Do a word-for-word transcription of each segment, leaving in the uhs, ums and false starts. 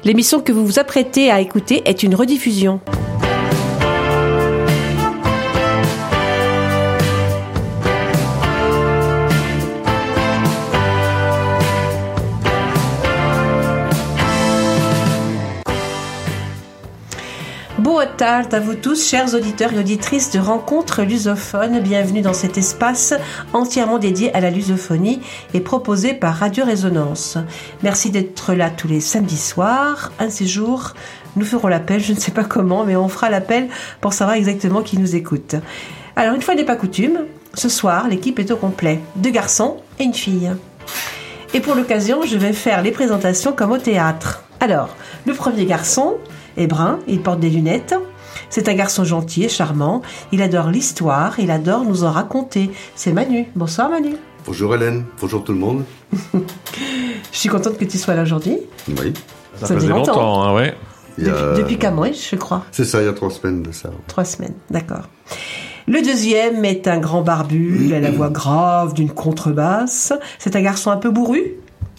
L'émission que vous vous apprêtez à écouter est une rediffusion. Boa tarde à vous tous, chers auditeurs et auditrices de Rencontres lusophones. Bienvenue dans cet espace entièrement dédié à la lusophonie et proposé par Radio Résonance. Merci d'être là tous les samedis soirs. Un de ces jours, nous ferons l'appel, je ne sais pas comment, mais on fera l'appel pour savoir exactement qui nous écoute. Alors, une fois n'est pas coutume, ce soir, l'équipe est au complet. Deux garçons et une fille. Et pour l'occasion, je vais faire les présentations comme au théâtre. Alors, le premier garçon est brun, il porte des lunettes. C'est un garçon gentil et charmant. Il adore l'histoire, il adore nous en raconter. C'est Manu. Bonsoir Manu. Bonjour Hélène, bonjour tout le monde. Je suis contente que tu sois là aujourd'hui. Oui. Ça, ça faisait longtemps, longtemps hein, ouais. Depuis, a... depuis Camouet, je crois. C'est ça, il y a trois semaines de ça. Trois semaines, d'accord. Le deuxième est un grand barbu, il a la voix grave d'une contrebasse. C'est un garçon un peu bourru.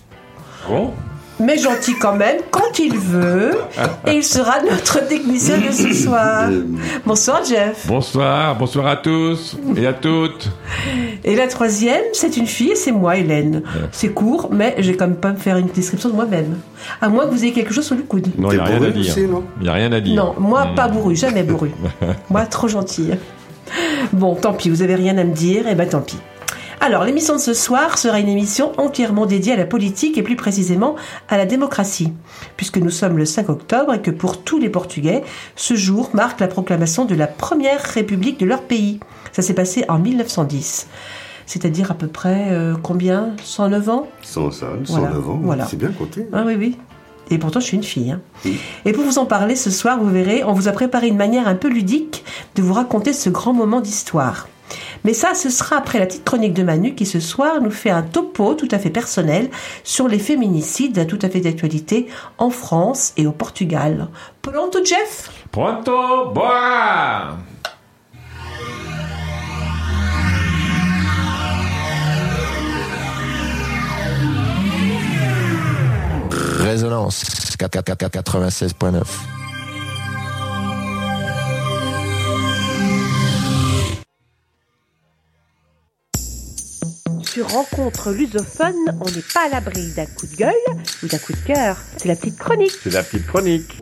Bon. Mais gentil quand même, quand il veut. Et il sera notre technicien de ce soir. Bonsoir Jeff. Bonsoir, bonsoir à tous et à toutes. Et la troisième, c'est une fille, c'est moi, Hélène. C'est court, mais je vais quand même pas me faire une description de moi-même. À moins que vous ayez quelque chose sur le coude. Non, il n'y a rien à dire. Il n'y a rien à dire. Non, moi, mmh. pas bourru, jamais bourru. Moi, trop gentille. Bon, tant pis, vous avez rien à me dire, et ben tant pis. Alors, l'émission de ce soir sera une émission entièrement dédiée à la politique et plus précisément à la démocratie, puisque nous sommes le cinq octobre et que pour tous les Portugais, ce jour marque la proclamation de la première république de leur pays. Ça s'est passé en mille neuf cent dix, c'est-à-dire à peu près euh, combien ? cent neuf ans ? cent, ça, voilà. cent neuf ans, voilà. C'est bien compté. Ah oui, oui. Et pourtant, je suis une fille. Hein. Oui. Et pour vous en parler ce soir, vous verrez, on vous a préparé une manière un peu ludique de vous raconter ce grand moment d'histoire. Mais ça, ce sera après la petite chronique de Manu qui, ce soir, nous fait un topo tout à fait personnel sur les féminicides tout à fait d'actualité en France et au Portugal. Pronto, Jeff ? Pronto, boa ! Résonance quatre-vingt-seize point neuf. Sur Rencontre lusophone, on n'est pas à l'abri d'un coup de gueule ou d'un coup de cœur. C'est la petite chronique. C'est la petite chronique.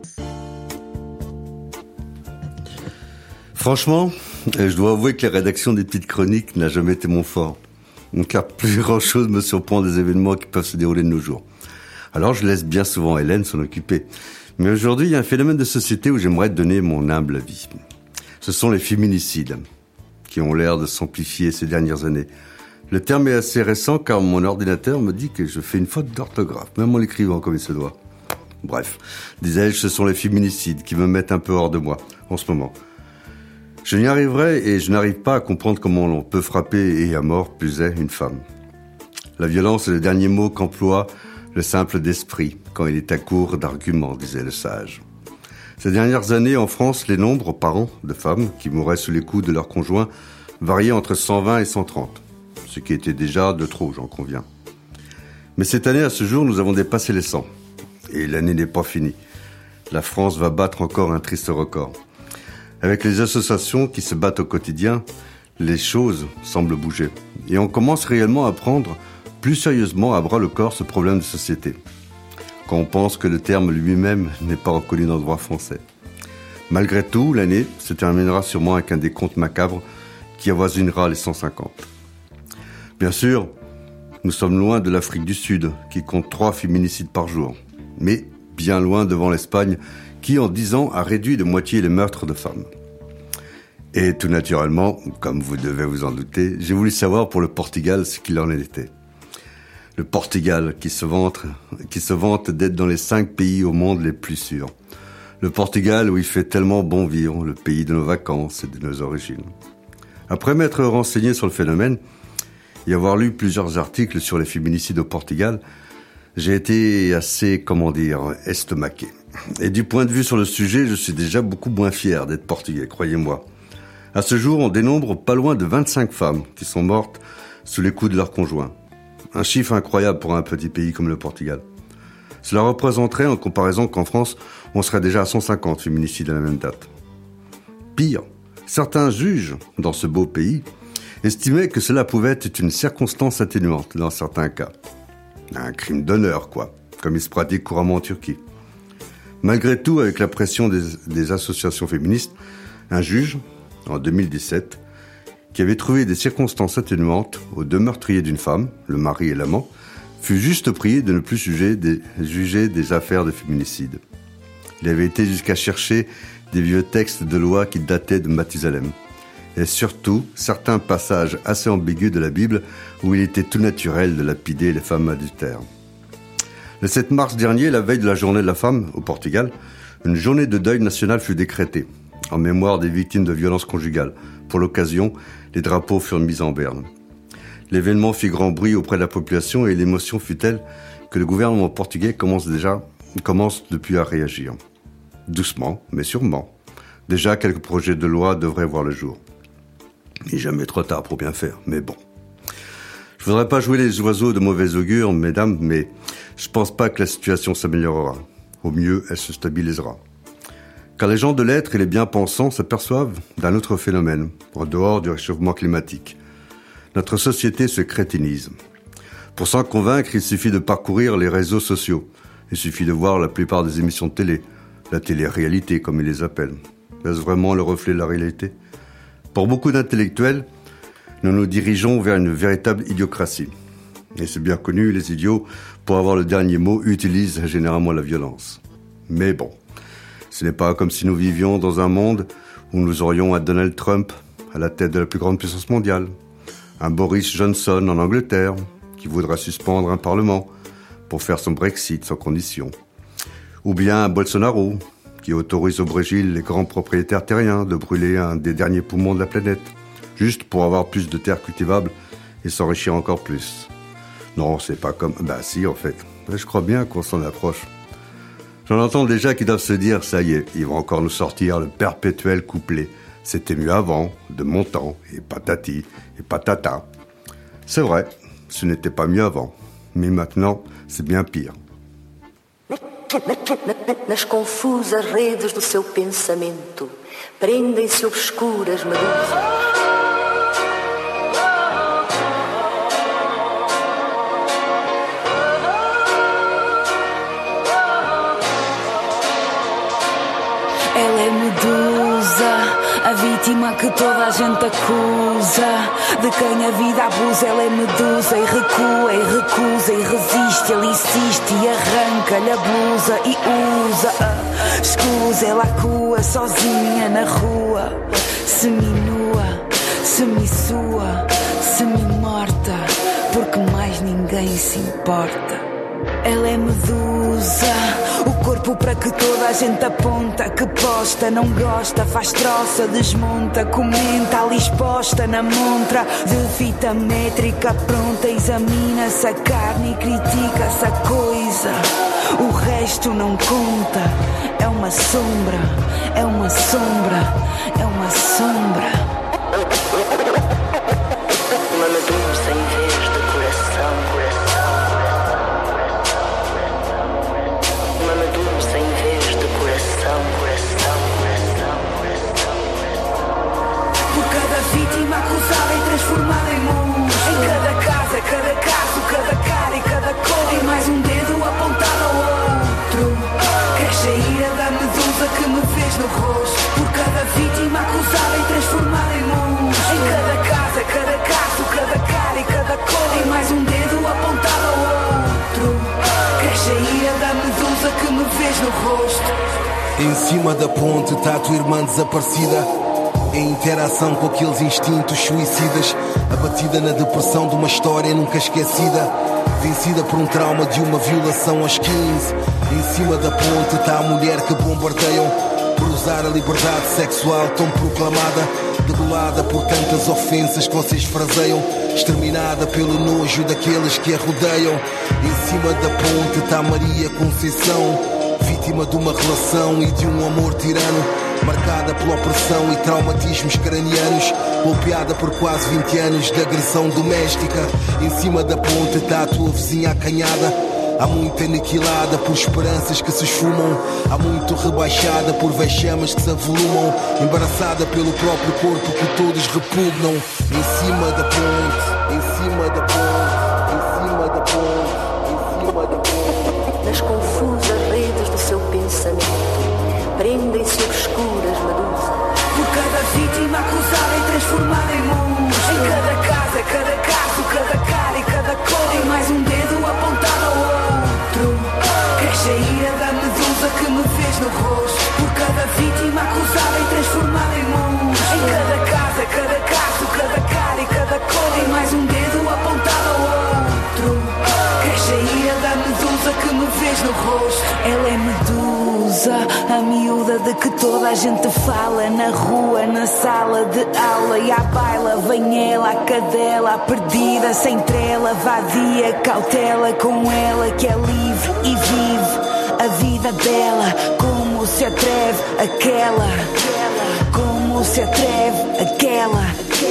Franchement, je dois avouer que la rédaction des petites chroniques n'a jamais été mon fort. Car plus grand chose me surprend des événements qui peuvent se dérouler de nos jours. Alors je laisse bien souvent Hélène s'en occuper. Mais aujourd'hui, il y a un phénomène de société où j'aimerais donner mon humble avis. Ce sont les féminicides, qui ont l'air de s'amplifier ces dernières années. Le terme est assez récent car mon ordinateur me dit que je fais une faute d'orthographe, même en l'écrivant comme il se doit. Bref, disais-je, ce sont les féminicides qui me mettent un peu hors de moi, en ce moment. Je n'y arriverai et je n'arrive pas à comprendre comment l'on peut frapper et à mort, plus est, une femme. La violence est le dernier mot qu'emploie le simple d'esprit, quand il est à court d'arguments, disait le sage. Ces dernières années, en France, les nombres par an de femmes qui mouraient sous les coups de leurs conjoints variaient entre cent vingt et cent trente. Ce qui était déjà de trop, j'en conviens. Mais cette année, à ce jour, nous avons dépassé les cent. Et l'année n'est pas finie. La France va battre encore un triste record. Avec les associations qui se battent au quotidien, les choses semblent bouger. Et on commence réellement à prendre plus sérieusement à bras le corps ce problème de société. Quand on pense que le terme lui-même n'est pas reconnu dans le droit français. Malgré tout, l'année se terminera sûrement avec un décompte macabre qui avoisinera les cent cinquante. Bien sûr, nous sommes loin de l'Afrique du Sud, qui compte trois féminicides par jour. Mais bien loin devant l'Espagne, qui en dix ans a réduit de moitié les meurtres de femmes. Et tout naturellement, comme vous devez vous en douter, j'ai voulu savoir pour le Portugal ce qu'il en était. Le Portugal qui se vante, qui se vante d'être dans les cinq pays au monde les plus sûrs. Le Portugal où il fait tellement bon vivre, le pays de nos vacances et de nos origines. Après m'être renseigné sur le phénomène, et avoir lu plusieurs articles sur les féminicides au Portugal, j'ai été assez, comment dire, estomaqué. Et du point de vue sur le sujet, je suis déjà beaucoup moins fier d'être portugais, croyez-moi. À ce jour, on dénombre pas loin de vingt-cinq femmes qui sont mortes sous les coups de leurs conjoints. Un chiffre incroyable pour un petit pays comme le Portugal. Cela représenterait en comparaison qu'en France, on serait déjà à cent cinquante féminicides à la même date. Pire, certains juges dans ce beau pays estimaient que cela pouvait être une circonstance atténuante dans certains cas. Un crime d'honneur, quoi, comme il se pratique couramment en Turquie. Malgré tout, avec la pression des, des associations féministes, un juge, en deux mille dix-sept, qui avait trouvé des circonstances atténuantes aux deux meurtriers d'une femme, le mari et l'amant, fut juste prié de ne plus juger des, juger des affaires de féminicide. Il avait été jusqu'à chercher des vieux textes de loi qui dataient de Mathusalem. Et surtout, certains passages assez ambigus de la Bible où il était tout naturel de lapider les femmes adultères. Le sept mars dernier, la veille de la journée de la femme, au Portugal, une journée de deuil national fut décrétée, en mémoire des victimes de violences conjugales. Pour l'occasion, les drapeaux furent mis en berne. L'événement fit grand bruit auprès de la population et l'émotion fut telle que le gouvernement portugais commence déjà, commence depuis à réagir. Doucement, mais sûrement. Déjà, quelques projets de loi devraient voir le jour. Il n'est jamais trop tard pour bien faire, mais bon. Je voudrais pas jouer les oiseaux de mauvais augure, mesdames, mais je pense pas que la situation s'améliorera. Au mieux, elle se stabilisera. Car les gens de lettres et les bien-pensants s'aperçoivent d'un autre phénomène, en dehors du réchauffement climatique. Notre société se crétinise. Pour s'en convaincre, il suffit de parcourir les réseaux sociaux. Il suffit de voir la plupart des émissions de télé, la télé-réalité comme ils les appellent. Est-ce vraiment le reflet de la réalité ? Pour beaucoup d'intellectuels, nous nous dirigeons vers une véritable idiocratie. Et c'est bien connu, les idiots, pour avoir le dernier mot, utilisent généralement la violence. Mais bon, ce n'est pas comme si nous vivions dans un monde où nous aurions un Donald Trump à la tête de la plus grande puissance mondiale, un Boris Johnson en Angleterre qui voudra suspendre un parlement pour faire son Brexit sans condition, ou bien un Bolsonaro qui autorise au Brésil les grands propriétaires terriens de brûler un des derniers poumons de la planète, juste pour avoir plus de terres cultivables et s'enrichir encore plus. Non, c'est pas comme... Bah si, en fait. Je crois bien qu'on s'en approche. J'en entends déjà qui doivent se dire, ça y est, ils vont encore nous sortir le perpétuel couplet. C'était mieux avant, de mon temps, et patati, et patata. C'est vrai, ce n'était pas mieux avant. Mais maintenant, c'est bien pire. Nas confusas redes do seu pensamento prendem-se obscuras medusas. Ela é medusa, a vítima que toda a gente acusa, de quem a vida abusa. Ela é medusa e recua e recusa e resiste, ela insiste e arranca-lhe a blusa e usa a escusa. Ela acua sozinha na rua, seminua, semissua, semi-morta, porque mais ninguém se importa. Ela é medusa, o corpo para que toda a gente aponta, que posta, não gosta, faz troça, desmonta, comenta, ali exposta na montra de fita métrica pronta, examina-se a carne e critica-se a coisa, o resto não conta. É uma sombra, é uma sombra, é uma sombra. Uma medusa em vez de coração, coração. Uma medusa em vez de coração, coração, coração, coração. Por cada vítima acusada e transformada em monstro, em cada casa, cada caso, cada cara e cada cor, e mais um dedo apontado ao outro. Cresce a ira da medusa que me fez no rosto. Por cada vítima acusada e transformada em monstro, em cada casa, cada caso, cada cara e cada cor, e mais um dedo apontado ao outro. Cresce a ira da medusa que me fez no rosto. Em cima da ponte está a tua irmã desaparecida, em interação com aqueles instintos suicidas, abatida na depressão de uma história nunca esquecida, vencida por um trauma de uma violação aos quinze. Em cima da ponte está a mulher que bombardeiam por usar a liberdade sexual tão proclamada, degolada por tantas ofensas que vocês fraseiam, exterminada pelo nojo daqueles que a rodeiam. Em cima da ponte está Maria Conceição, vítima de uma relação e de um amor tirano, marcada pela opressão e traumatismos cranianos, golpeada por quase vinte anos de agressão doméstica. Em cima da ponte está a tua vizinha acanhada, Há muita aniquilada por esperanças que se esfumam. Há muito rebaixada por vexames que se avolumam. Embaraçada pelo próprio corpo que todos repugnam. Em cima da ponte, em cima da ponte, em cima da ponte, em cima da ponte. Nas confusas redes do seu pensamento prendem-se obscuras medusas. Por cada vítima acusada e transformada em monstro. Em cada casa, cada caso, cada cara e cada cor. E mais um dedo apontado ao outro. Cresce a ira da medusa que me fez no rosto. Por cada vítima acusada e transformada em monstro. Em cada casa, cada caso, cada cara e cada cor. E mais um dedo apontado ao outro. Cresce a ira da medusa que me fez no rosto. Ela é medusa, a miúda de que toda a gente fala. Na rua, na sala de aula e à baila. Vem ela, a cadela, a perdida, sem trela. Vadia, cautela com ela que é livre e vive a vida dela. Como se atreve aquela, como se atreve aquela,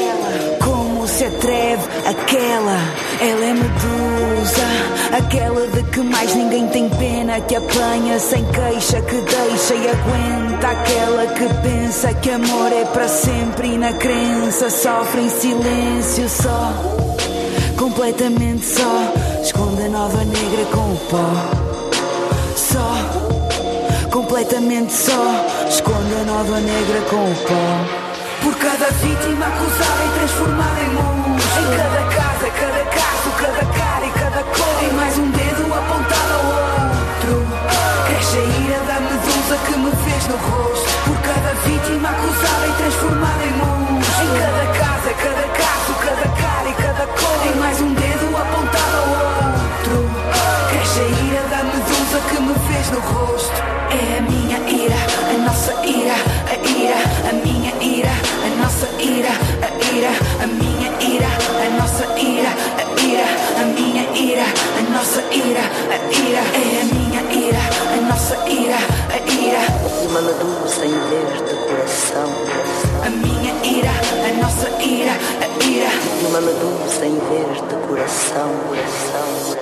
como se atreve aquela. Ela é medusa, aquela de que mais ninguém tem pena. Que apanha sem queixa, que deixa e aguenta. Aquela que pensa que amor é para sempre e na crença sofre em silêncio só, completamente só. Esconde a nova negra com o pó. Só, completamente só. Esconde a nova negra com o pó. Por cada vítima acusada e transformada em monstro. Em cada casa, cada caso, cada cara e cada cor. E mais um dedo apontado ao outro. Cresce a ira da medusa que me fez no rosto. Por cada vítima acusada e transformada em monstro. Em cada casa, cada caso, cada cara e cada cor. E mais um dedo apontado ao outro. Cresce a ira da medusa que me fez no rosto. É a minha ira, a nossa ira, a ira, a minha ira, a nossa ira, a ira, a minha ira, a nossa ira, a ira, a minha ira, a nossa ira, a ira. É a minha ira, a nossa ira, a ira. Uma medusa em vez de coração. A minha ira, a nossa ira, a ira. Uma medusa em vez de coração, coração, coração.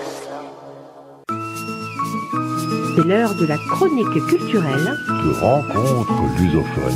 C'est l'heure de la chronique culturelle de Rencontre lusophone.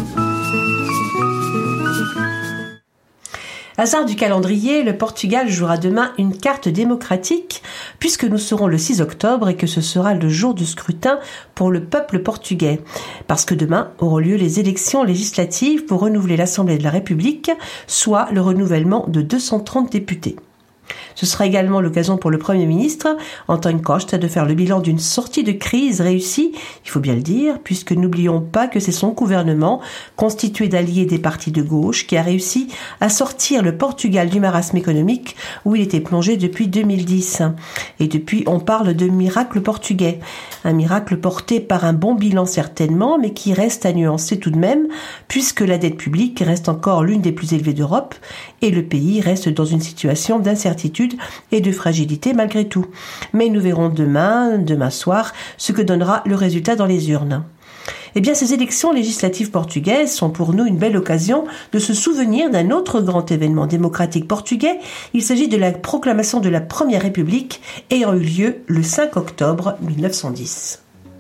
Hasard du calendrier, le Portugal jouera demain une carte démocratique puisque nous serons le six octobre et que ce sera le jour du scrutin pour le peuple portugais. Parce que demain auront lieu les élections législatives pour renouveler l'Assemblée de la République, soit le renouvellement de deux cent trente députés. Ce sera également l'occasion pour le Premier ministre, António Costa, de faire le bilan d'une sortie de crise réussie, il faut bien le dire, puisque n'oublions pas que c'est son gouvernement, constitué d'alliés des partis de gauche, qui a réussi à sortir le Portugal du marasme économique où il était plongé depuis deux mille dix. Et depuis, on parle de miracle portugais. Un miracle porté par un bon bilan certainement, mais qui reste à nuancer tout de même, puisque la dette publique reste encore l'une des plus élevées d'Europe, et le pays reste dans une situation d'incertitude et de fragilité malgré tout. Mais nous verrons demain, demain soir, ce que donnera le résultat dans les urnes. Eh bien, ces élections législatives portugaises sont pour nous une belle occasion de se souvenir d'un autre grand événement démocratique portugais. Il s'agit de la proclamation de la Première République ayant eu lieu le cinq octobre mille neuf cent dix.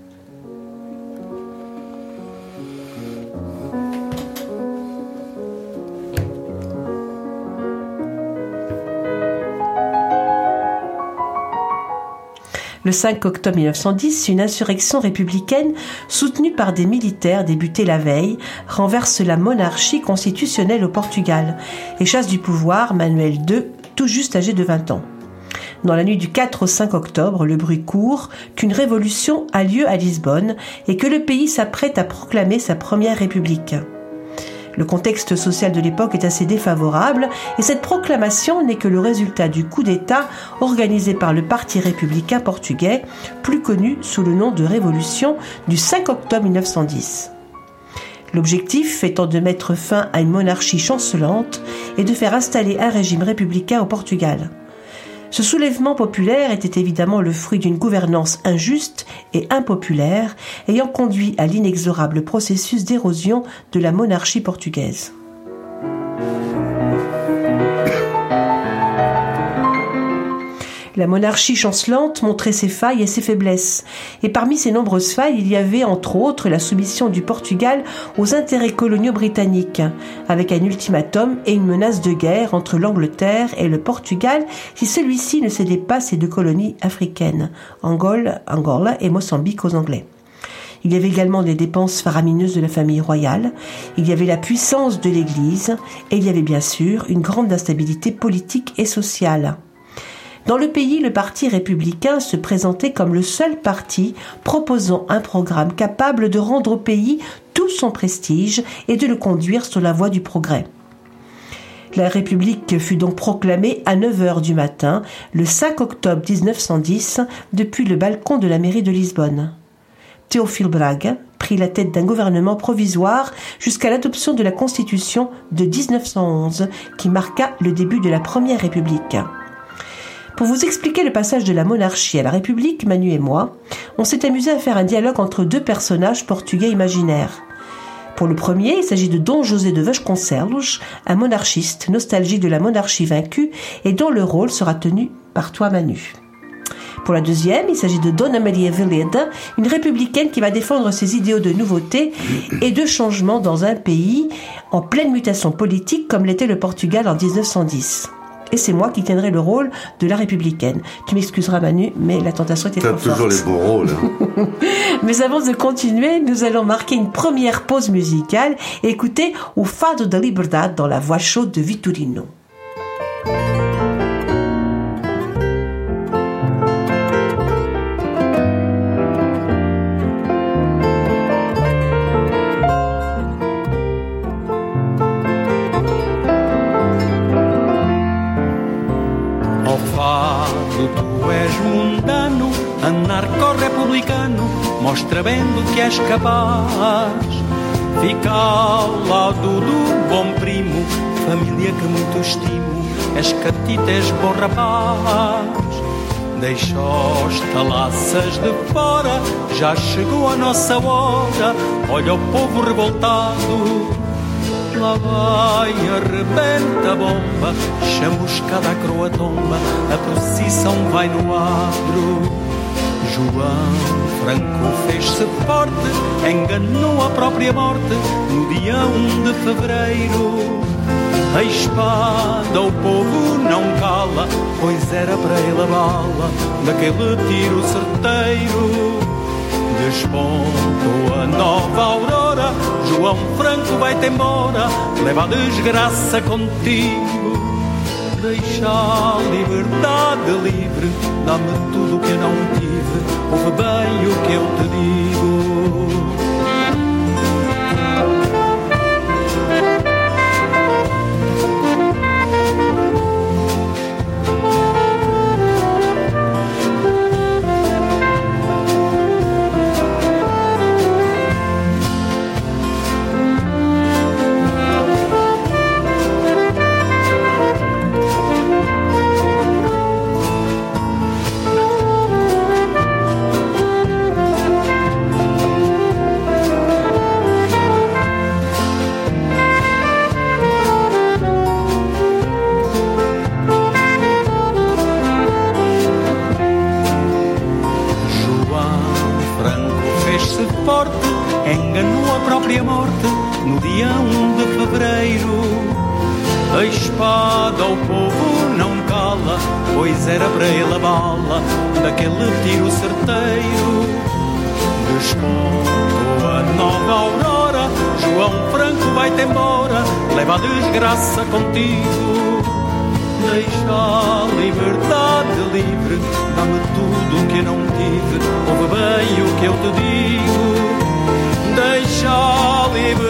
Le cinq octobre mille neuf cent dix, une insurrection républicaine soutenue par des militaires débutée la veille renverse la monarchie constitutionnelle au Portugal et chasse du pouvoir Manuel deux, tout juste âgé de vingt ans. Dans la nuit du quatre au cinq octobre, le bruit court qu'une révolution a lieu à Lisbonne et que le pays s'apprête à proclamer sa première république. Le contexte social de l'époque est assez défavorable et cette proclamation n'est que le résultat du coup d'État organisé par le Parti républicain portugais, plus connu sous le nom de Révolution du cinq octobre mille neuf cent dix. L'objectif étant de mettre fin à une monarchie chancelante et de faire installer un régime républicain au Portugal. Ce soulèvement populaire était évidemment le fruit d'une gouvernance injuste et impopulaire, ayant conduit à l'inexorable processus d'érosion de la monarchie portugaise. La monarchie chancelante montrait ses failles et ses faiblesses. Et parmi ces nombreuses failles, il y avait entre autres la soumission du Portugal aux intérêts coloniaux britanniques, avec un ultimatum et une menace de guerre entre l'Angleterre et le Portugal si celui-ci ne cédait pas ses deux colonies africaines, Angola, Angola et Mozambique aux Anglais. Il y avait également des dépenses faramineuses de la famille royale, il y avait la puissance de l'Église et il y avait bien sûr une grande instabilité politique et sociale. Dans le pays, le Parti républicain se présentait comme le seul parti proposant un programme capable de rendre au pays tout son prestige et de le conduire sur la voie du progrès. La République fut donc proclamée à neuf heures du matin, le cinq octobre dix-neuf cent dix, depuis le balcon de la mairie de Lisbonne. Théophile Braga prit la tête d'un gouvernement provisoire jusqu'à l'adoption de la Constitution de dix-neuf cent onze, qui marqua le début de la Première République. Pour vous expliquer le passage de la monarchie à la République, Manu et moi, on s'est amusé à faire un dialogue entre deux personnages portugais imaginaires. Pour le premier, il s'agit de Dom José de Vasconcelos, un monarchiste nostalgique de la monarchie vaincue et dont le rôle sera tenu par toi, Manu. Pour la deuxième, il s'agit de Dona Maria Veleda, une républicaine qui va défendre ses idéaux de nouveauté et de changement dans un pays en pleine mutation politique comme l'était le Portugal en dix-neuf cent dix. Et c'est moi qui tiendrai le rôle de la républicaine. Tu m'excuseras Manu, mais la tentation était trop forte. T'as toujours les bons rôles. Hein. Mais avant de continuer, nous allons marquer une première pause musicale et écouter O Fado da Liberdade dans la voix chaude de Vitorino. Mostra bem do que és capaz. Fica ao lado do bom primo, família que muito estimo. És catita, és bom rapaz. Deixa os talaças de fora, já chegou a nossa hora. Olha o povo revoltado, lá vai, arrebenta a bomba. Chamuscada a croa tomba, a procissão vai no adro. João Franco fez-se forte, enganou a própria morte no dia um de fevereiro. A espada ao povo não cala, pois era para ele a bala daquele tiro certeiro. Despontou a nova aurora, João Franco vai-te embora, leva a desgraça contigo. Deixa a liberdade livre, dá-me tudo o que eu não tive, ouve bem o que eu te digo. Enganou a própria morte no dia um de fevereiro. A espada ao povo não cala, pois era para ele a bala daquele tiro certeiro. Despontou a nova aurora, João Franco vai-te embora, leva a desgraça contigo. Deixa a liberdade livre, dá-me tudo o que eu não tive, ouve bem o que eu te digo. Deixa a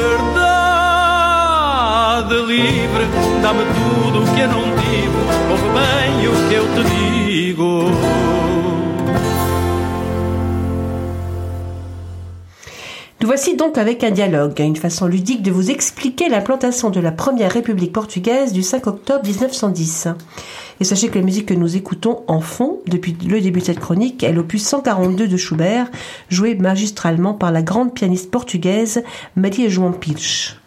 liberdade livre, dá-me tudo o que eu não tive, ouve bem o que eu te digo. Nous voici donc avec un dialogue, une façon ludique de vous expliquer l'implantation de la première République portugaise du cinq octobre dix-neuf cent dix. Et sachez que la musique que nous écoutons en fond, depuis le début de cette chronique, est l'opus cent quarante-deux de Schubert, joué magistralement par la grande pianiste portugaise Maria João Pires.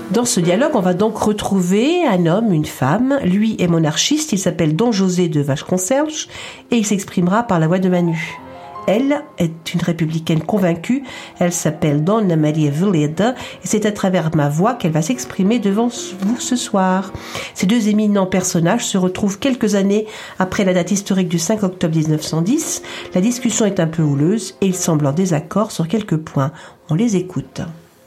Dans ce dialogue, on va donc retrouver un homme, une femme. Lui est monarchiste, il s'appelle Don José de Vasconcelos et il s'exprimera par la voix de Manu. Elle est une républicaine convaincue, elle s'appelle Dona Maria Veleda et c'est à travers ma voix qu'elle va s'exprimer devant vous ce soir. Ces deux éminents personnages se retrouvent quelques années après la date historique du cinq octobre dix-neuf cent dix. La discussion est un peu houleuse et ils semblent en désaccord sur quelques points. On les écoute.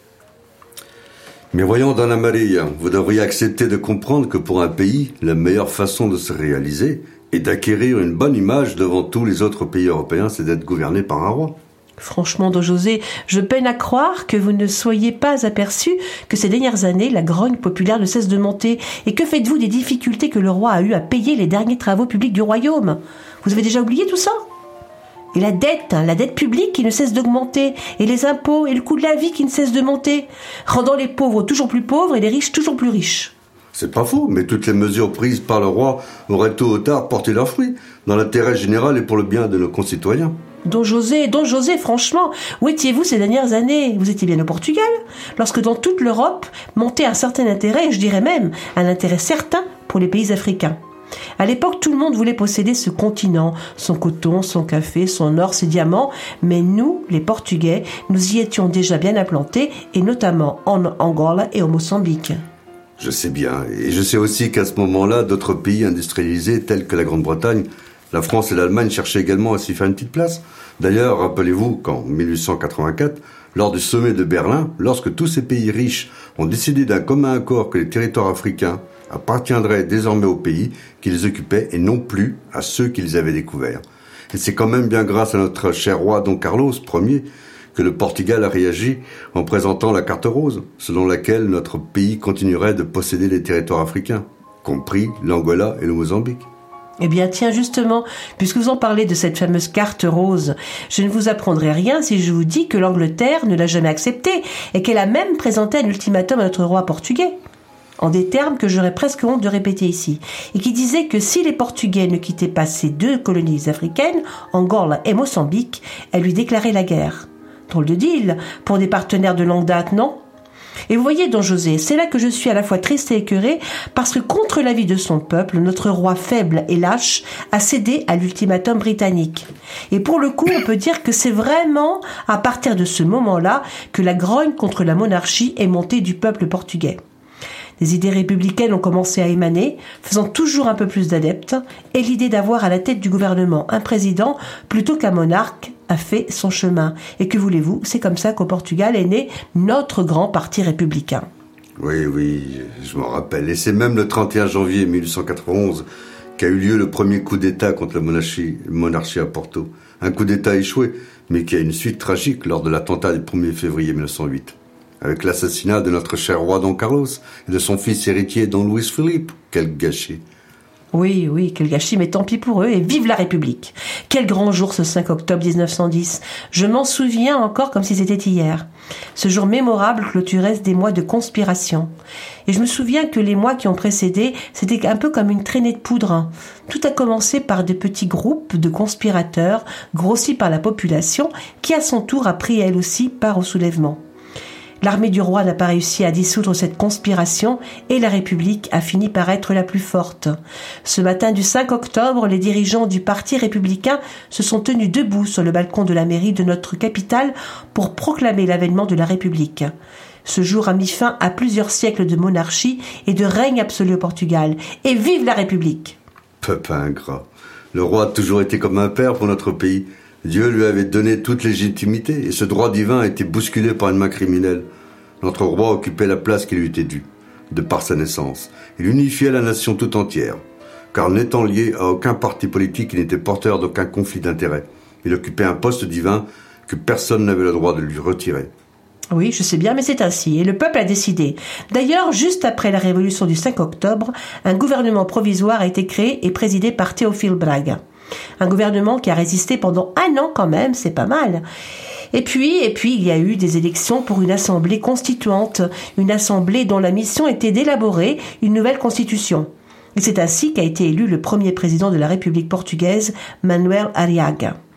Mais voyons, Dona Maria, vous devriez accepter de comprendre que pour un pays, la meilleure façon de se réaliser et d'acquérir une bonne image devant tous les autres pays européens, c'est d'être gouverné par un roi. Franchement, Don José, je peine à croire que vous ne soyez pas aperçu que ces dernières années, la grogne populaire ne cesse de monter. Et que faites-vous des difficultés que le roi a eu à payer les derniers travaux publics du royaume ? Vous avez déjà oublié tout ça ? Et la dette, hein, la dette publique qui ne cesse d'augmenter, et les impôts, et le coût de la vie qui ne cesse de monter, rendant les pauvres toujours plus pauvres et les riches toujours plus riches. C'est pas faux, mais toutes les mesures prises par le roi auraient tôt ou tard porté leurs fruits, dans l'intérêt général et pour le bien de nos concitoyens. Don José, Don José, franchement, où étiez-vous ces dernières années ? Vous étiez bien au Portugal, lorsque dans toute l'Europe montait un certain intérêt, et je dirais même un intérêt certain pour les pays africains. À l'époque, tout le monde voulait posséder ce continent, son coton, son café, son or, ses diamants, mais nous, les Portugais, nous y étions déjà bien implantés, et notamment en Angola et au Mozambique. Je sais bien, et je sais aussi qu'à ce moment-là, d'autres pays industrialisés, tels que la Grande-Bretagne, la France et l'Allemagne cherchaient également à s'y faire une petite place. D'ailleurs, rappelez-vous qu'en dix-huit cent quatre-vingt-quatre, lors du sommet de Berlin, lorsque tous ces pays riches ont décidé d'un commun accord que les territoires africains appartiendraient désormais aux pays qu'ils occupaient et non plus à ceux qu'ils avaient découverts. Et c'est quand même bien grâce à notre cher roi Don Carlos Ier que le Portugal a réagi en présentant la carte rose, selon laquelle notre pays continuerait de posséder les territoires africains, compris l'Angola et le Mozambique. Eh bien tiens, justement, puisque vous en parlez de cette fameuse carte rose, je ne vous apprendrai rien si je vous dis que l'Angleterre ne l'a jamais acceptée et qu'elle a même présenté un ultimatum à notre roi portugais, en des termes que j'aurais presque honte de répéter ici, et qui disait que si les Portugais ne quittaient pas ces deux colonies africaines, Angola et Mozambique, elle lui déclarait la guerre. Drôle de deal, pour des partenaires de longue date, non ? Et vous voyez, Don José, c'est là que je suis à la fois triste et écœurée, parce que contre l'avis de son peuple, notre roi faible et lâche a cédé à l'ultimatum britannique. Et pour le coup, on peut dire que c'est vraiment à partir de ce moment-là que la grogne contre la monarchie est montée du peuple portugais. Les idées républicaines ont commencé à émaner, faisant toujours un peu plus d'adeptes, et l'idée d'avoir à la tête du gouvernement un président plutôt qu'un monarque a fait son chemin. Et que voulez-vous, c'est comme ça qu'au Portugal est né notre grand parti républicain. Oui, oui, je m'en rappelle. Et c'est même le trente et un janvier mille huit cent quatre-vingt-onze qu'a eu lieu le premier coup d'État contre la monarchie, monarchie à Porto. Un coup d'État échoué, mais qui a une suite tragique lors de l'attentat du premier février mille neuf cent huit. Avec l'assassinat de notre cher roi Don Carlos et de son fils héritier Don Luis Philippe. Quel gâchis. Oui, oui, quel gâchis, mais tant pis pour eux, et vive la République. Quel grand jour ce cinq octobre dix-neuf cent dix. Je m'en souviens encore comme si c'était hier. Ce jour mémorable clôturait des mois de conspiration. Et je me souviens que les mois qui ont précédé, c'était un peu comme une traînée de poudre. Tout a commencé par des petits groupes de conspirateurs, grossis par la population, qui à son tour a pris elle aussi part au soulèvement. L'armée du roi n'a pas réussi à dissoudre cette conspiration et la République a fini par être la plus forte. Ce matin du cinq octobre, les dirigeants du Parti républicain se sont tenus debout sur le balcon de la mairie de notre capitale pour proclamer l'avènement de la République. Ce jour a mis fin à plusieurs siècles de monarchie et de règne absolu au Portugal. Et vive la République ! Peuple ingrat. Le roi a toujours été comme un père pour notre pays. Dieu lui avait donné toute légitimité et ce droit divin a été bousculé par une main criminelle. Notre roi occupait la place qui lui était due, de par sa naissance. Il unifiait la nation tout entière, car n'étant lié à aucun parti politique, il n'était porteur d'aucun conflit d'intérêts. Il occupait un poste divin que personne n'avait le droit de lui retirer. Oui, je sais bien, mais c'est ainsi, et le peuple a décidé. D'ailleurs, juste après la révolution du cinq octobre, un gouvernement provisoire a été créé et présidé par Théophile Braga. Un gouvernement qui a résisté pendant un an quand même, c'est pas mal. Et puis, et puis, il y a eu des élections pour une assemblée constituante, une assemblée dont la mission était d'élaborer une nouvelle constitution. Et c'est ainsi qu'a été élu le premier président de la République portugaise, Manuel Ariaga.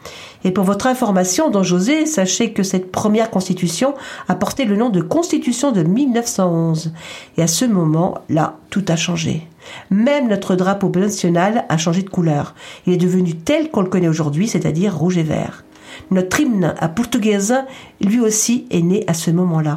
Et pour votre information, Don José, sachez que cette première constitution a porté le nom de Constitution de mille neuf cent onze. Et à ce moment-là, tout a changé. Même notre drapeau national a changé de couleur. Il est devenu tel qu'on le connaît aujourd'hui, c'est-à-dire rouge et vert. Notre hymne à portugaise, lui aussi, est né à ce moment-là.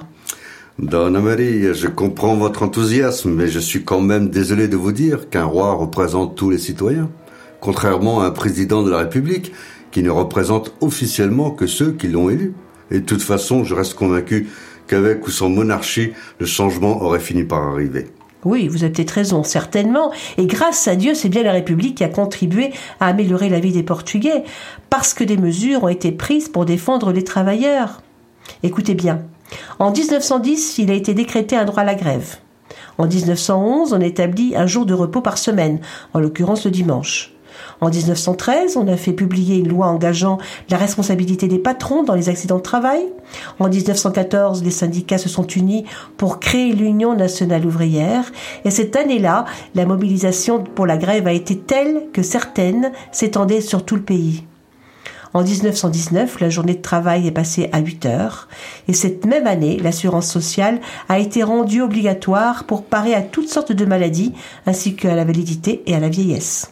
Donna Maria, je comprends votre enthousiasme, mais je suis quand même désolé de vous dire qu'un roi représente tous les citoyens, contrairement à un président de la République qui ne représente officiellement que ceux qui l'ont élu. Et de toute façon, je reste convaincu qu'avec ou sans monarchie, le changement aurait fini par arriver. Oui, vous avez peut-être raison, certainement. Et grâce à Dieu, c'est bien la République qui a contribué à améliorer la vie des Portugais, parce que des mesures ont été prises pour défendre les travailleurs. Écoutez bien, en dix-neuf cent dix, il a été décrété un droit à la grève. En dix-neuf cent onze, on établit un jour de repos par semaine, en l'occurrence le dimanche. En dix-neuf cent treize, on a fait publier une loi engageant la responsabilité des patrons dans les accidents de travail. En dix-neuf cent quatorze, les syndicats se sont unis pour créer l'Union nationale ouvrière. Et cette année-là, la mobilisation pour la grève a été telle que certaines s'étendaient sur tout le pays. En dix-neuf cent dix-neuf, la journée de travail est passée à huit heures. Et cette même année, l'assurance sociale a été rendue obligatoire pour parer à toutes sortes de maladies, ainsi qu'à la validité et à la vieillesse.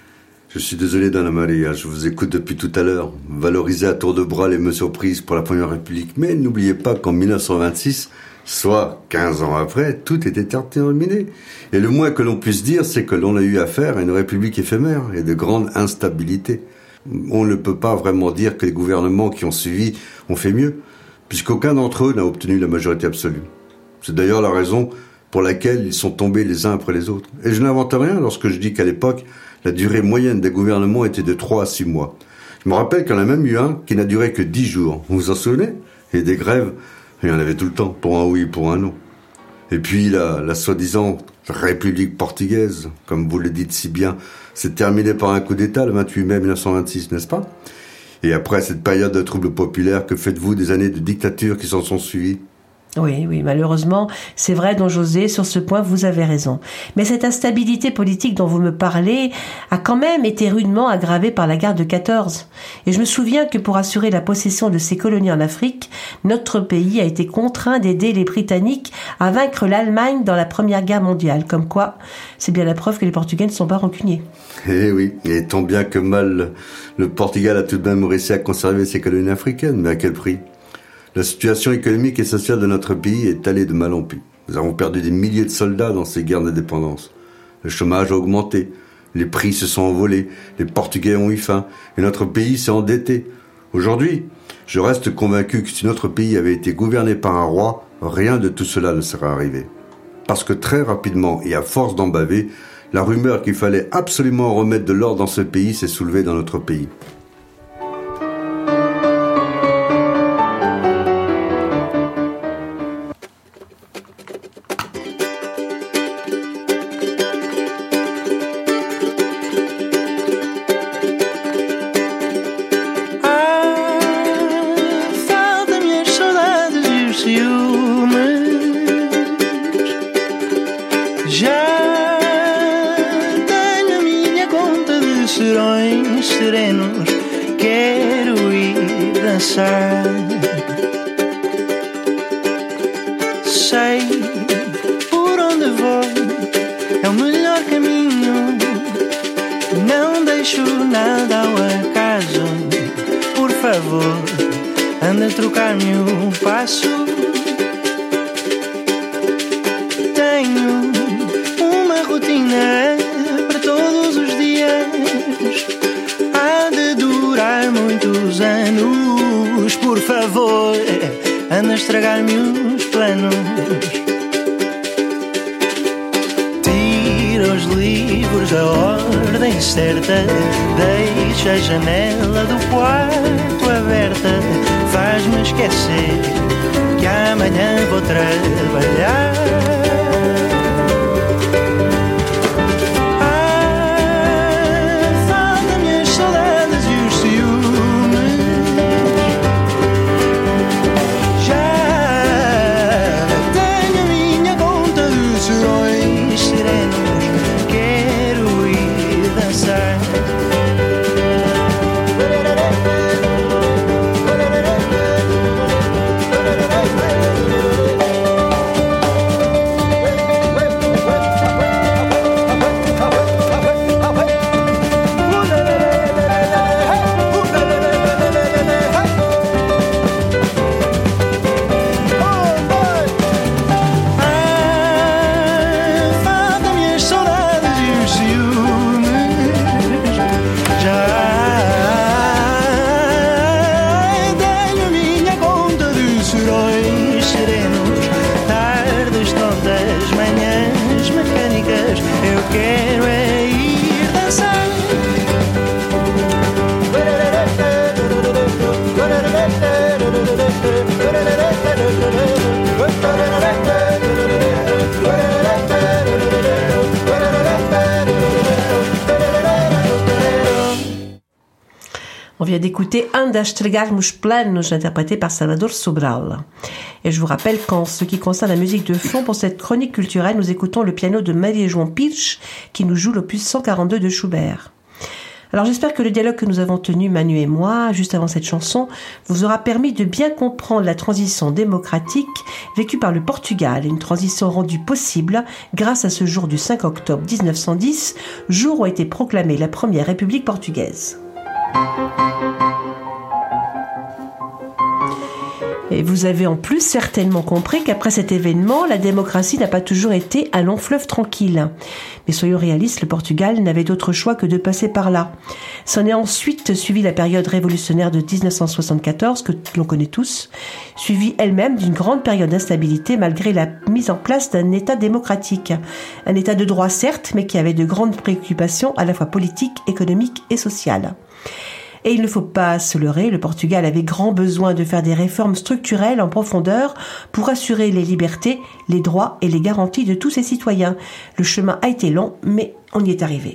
Je suis désolé, Donna Maria, je vous écoute depuis tout à l'heure. Valoriser à tour de bras les mesures prises pour la Première République. Mais n'oubliez pas qu'en mille neuf cent vingt-six, soit quinze ans après, tout était terminé. Et le moins que l'on puisse dire, c'est que l'on a eu affaire à une République éphémère et de grande instabilité. On ne peut pas vraiment dire que les gouvernements qui ont suivi ont fait mieux, puisqu'aucun d'entre eux n'a obtenu la majorité absolue. C'est d'ailleurs la raison pour laquelle ils sont tombés les uns après les autres. Et je n'invente rien lorsque je dis qu'à l'époque, la durée moyenne des gouvernements était de trois à six mois. Je me rappelle qu'il y en a même eu un qui n'a duré que dix jours. Vous vous en souvenez ? Et des grèves, il y en avait tout le temps, pour un oui, pour un non. Et puis la, la soi-disant République portugaise, comme vous le dites si bien, s'est terminée par un coup d'État le vingt-huit mai mille neuf cent vingt-six, n'est-ce pas ? Et après cette période de troubles populaires, que faites-vous des années de dictature qui s'en sont suivies ? Oui, oui, malheureusement, c'est vrai, Don José, sur ce point, vous avez raison. Mais cette instabilité politique dont vous me parlez a quand même été rudement aggravée par la guerre de quatorze. Et je me souviens que pour assurer la possession de ces colonies en Afrique, notre pays a été contraint d'aider les Britanniques à vaincre l'Allemagne dans la Première Guerre mondiale. Comme quoi, c'est bien la preuve que les Portugais ne sont pas rancuniers. Eh oui, et tant bien que mal, le Portugal a tout de même réussi à conserver ses colonies africaines, mais à quel prix ? La situation économique et sociale de notre pays est allée de mal en pis. Nous avons perdu des milliers de soldats dans ces guerres d'indépendance. Le chômage a augmenté, les prix se sont envolés, les Portugais ont eu faim, et notre pays s'est endetté. Aujourd'hui, je reste convaincu que si notre pays avait été gouverné par un roi, rien de tout cela ne serait arrivé. Parce que très rapidement, et à force d'en baver, la rumeur qu'il fallait absolument remettre de l'ordre dans ce pays s'est soulevée dans notre pays. Deixa a janela do quarto aberta, faz-me esquecer que amanhã vou trabalhar. On vient d'écouter Anda Estregarmos Planos, interprété par Salvador Sobral. Et je vous rappelle qu'en ce qui concerne la musique de fond, pour cette chronique culturelle, nous écoutons le piano de Marie-Jouan Pirch, qui nous joue l'opus cent quarante-deux de Schubert. Alors j'espère que le dialogue que nous avons tenu, Manu et moi, juste avant cette chanson, vous aura permis de bien comprendre la transition démocratique vécue par le Portugal, une transition rendue possible grâce à ce jour du cinq octobre dix-neuf cent dix, jour où a été proclamée la première République portugaise. Et vous avez en plus certainement compris qu'après cet événement, la démocratie n'a pas toujours été un long fleuve tranquille. Mais soyons réalistes, le Portugal n'avait d'autre choix que de passer par là. S'en est ensuite suivi la période révolutionnaire de dix-neuf cent soixante-quatorze, que l'on connaît tous, suivie elle-même d'une grande période d'instabilité malgré la mise en place d'un État démocratique. Un État de droit certes, mais qui avait de grandes préoccupations à la fois politiques, économiques et sociales. Et il ne faut pas se leurrer, le Portugal avait grand besoin de faire des réformes structurelles en profondeur pour assurer les libertés, les droits et les garanties de tous ses citoyens. Le chemin a été long, mais on y est arrivé.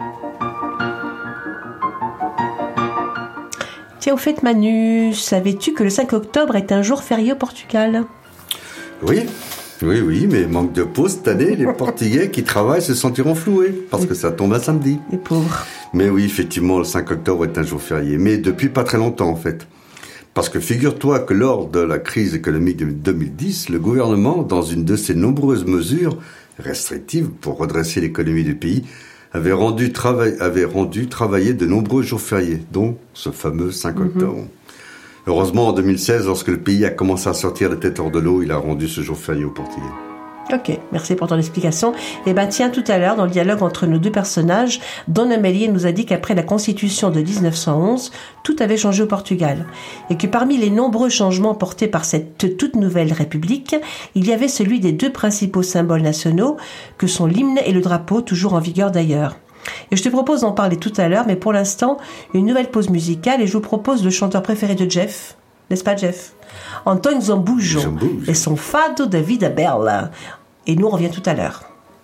Tiens, au fait, Manu, savais-tu que le cinq octobre est un jour férié au Portugal ? Oui, oui, oui, mais manque de peau cette année, les Portugais qui travaillent se sentiront floués, parce que ça tombe un samedi. Les pauvres. Mais oui, effectivement, le cinq octobre est un jour férié, mais depuis pas très longtemps en fait. Parce que figure-toi que lors de la crise économique de deux mille dix, le gouvernement, dans une de ses nombreuses mesures restrictives pour redresser l'économie du pays, avait rendu, trava- avait rendu travailler de nombreux jours fériés, dont ce fameux cinq octobre. Mm-hmm. Heureusement, en deux mille seize, lorsque le pays a commencé à sortir la tête hors de l'eau, il a rendu ce jour férié aux Portugais. Ok, merci pour ton explication. Et ben tiens, tout à l'heure, dans le dialogue entre nos deux personnages, Dona Maria nous a dit qu'après la constitution de dix-neuf cent onze, tout avait changé au Portugal. Et que parmi les nombreux changements portés par cette toute nouvelle république, il y avait celui des deux principaux symboles nationaux, que sont l'hymne et le drapeau, toujours en vigueur d'ailleurs. Et je te propose d'en parler tout à l'heure, mais pour l'instant, une nouvelle pause musicale, et je vous propose le chanteur préféré de Jeff. N'est-ce pas, Jeff? António Zambujo et son Fado da Vida Bela. Et nous, on revient tout à l'heure.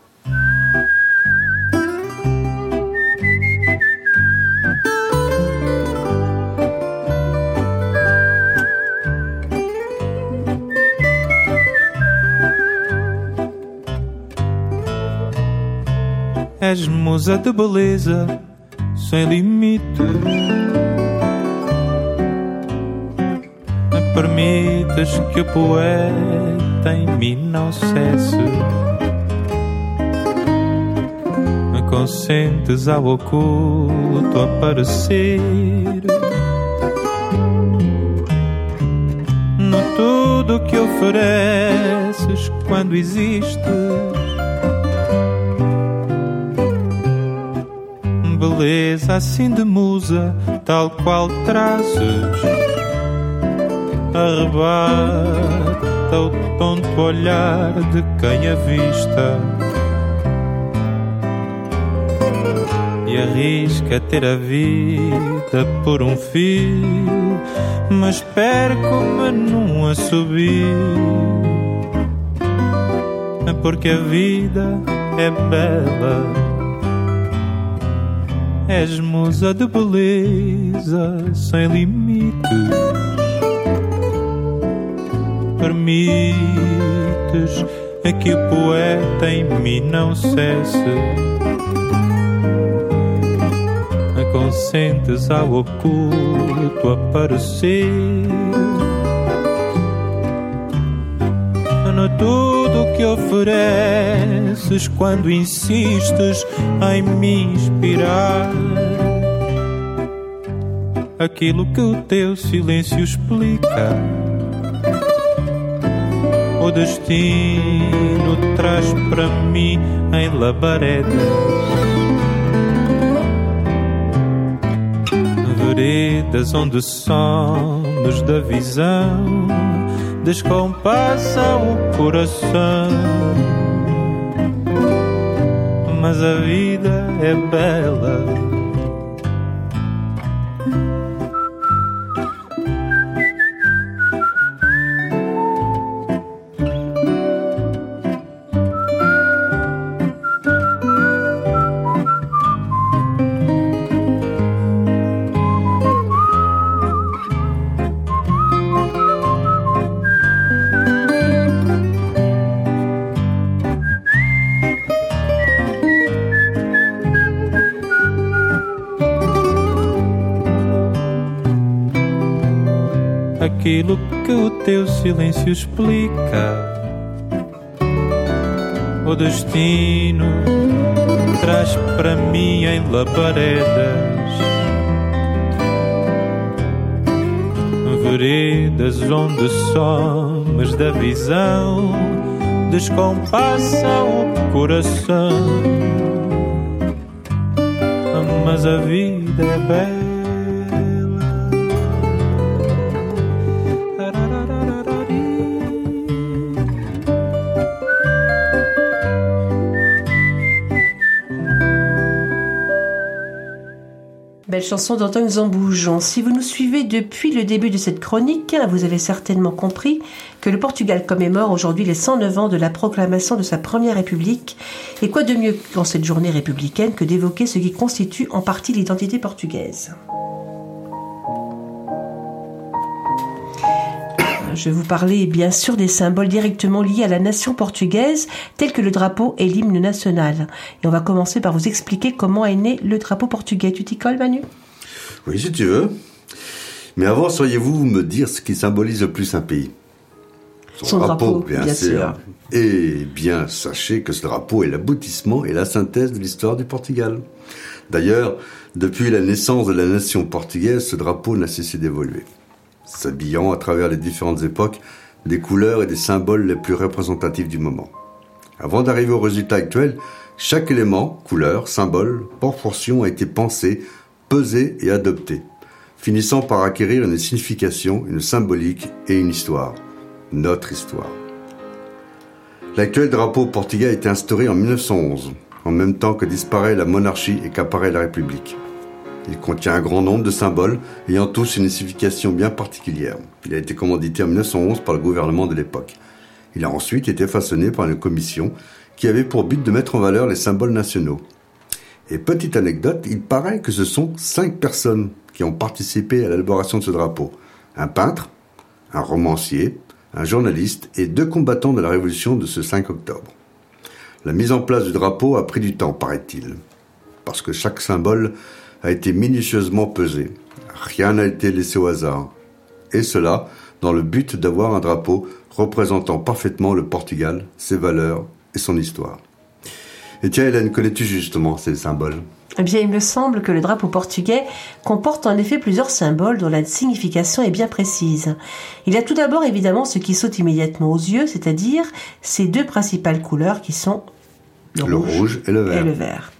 És musa de beleza sem limites. Permites que o poeta em mim não cesse. Me consentes ao oculto aparecer. No tudo que ofereces quando existes. Beleza assim de musa, tal qual trazes. Arrebata o tonto olhar de quem avista e arrisca ter a vida por um fio, mas perco-me num assobio, porque a vida é bela. És musa de beleza sem limites. Permites que o poeta em mim não cesse. Consentes ao oculto aparecer. No tudo que ofereces quando insistes em me inspirar. Aquilo que o teu silêncio explica. O destino traz para mim em labaredas, veredas onde somos da visão descompassam o coração. Mas a vida é bela. aquilo que o teu silêncio explica. O destino traz para mim em labaredas veredas onde somes da visão descompassam o coração. Mas a vida é bela. Belle chanson d'Antoine Zamboujon. Si vous nous suivez depuis le début de cette chronique, vous avez certainement compris que le Portugal commémore aujourd'hui les cent neuf ans de la proclamation de sa première république. Et quoi de mieux dans cette journée républicaine que d'évoquer ce qui constitue en partie l'identité portugaise. Je vais vous parler bien sûr des symboles directement liés à la nation portugaise, tels que le drapeau et l'hymne national. Et on va commencer par vous expliquer comment est né le drapeau portugais. Tu t'y colles, Manu ? Oui, si tu veux. Mais avant, sauriez-vous me dire ce qui symbolise le plus un pays ? Son, Son drapeau, drapeau, bien, bien sûr. sûr. Eh bien, sachez que ce drapeau est l'aboutissement et la synthèse de l'histoire du Portugal. D'ailleurs, depuis la naissance de la nation portugaise, ce drapeau n'a cessé d'évoluer, s'habillant à travers les différentes époques des couleurs et des symboles les plus représentatifs du moment. Avant d'arriver au résultat actuel, chaque élément, couleur, symbole, proportion a été pensé, pesé et adopté, finissant par acquérir une signification, une symbolique et une histoire. Notre histoire. L'actuel drapeau portugais a été instauré en mille neuf cent onze, en même temps que disparaît la monarchie et qu'apparaît la République. Il contient un grand nombre de symboles ayant tous une signification bien particulière. Il a été commandité en mille neuf cent onze par le gouvernement de l'époque. Il a ensuite été façonné par une commission qui avait pour but de mettre en valeur les symboles nationaux. Et petite anecdote, il paraît que ce sont cinq personnes qui ont participé à l'élaboration de ce drapeau. Un peintre, un romancier, un journaliste et deux combattants de la Révolution de ce cinq octobre. La mise en place du drapeau a pris du temps, paraît-il, parce que chaque symbole a été minutieusement pesé. Rien n'a été laissé au hasard. Et cela dans le but d'avoir un drapeau représentant parfaitement le Portugal, ses valeurs et son histoire. Et tiens, Hélène, connais-tu justement ces symboles ? Eh bien, il me semble que le drapeau portugais comporte en effet plusieurs symboles dont la signification est bien précise. Il y a tout d'abord évidemment ce qui saute immédiatement aux yeux, c'est-à-dire ces deux principales couleurs qui sont le, le rouge, rouge et le vert. Et le vert.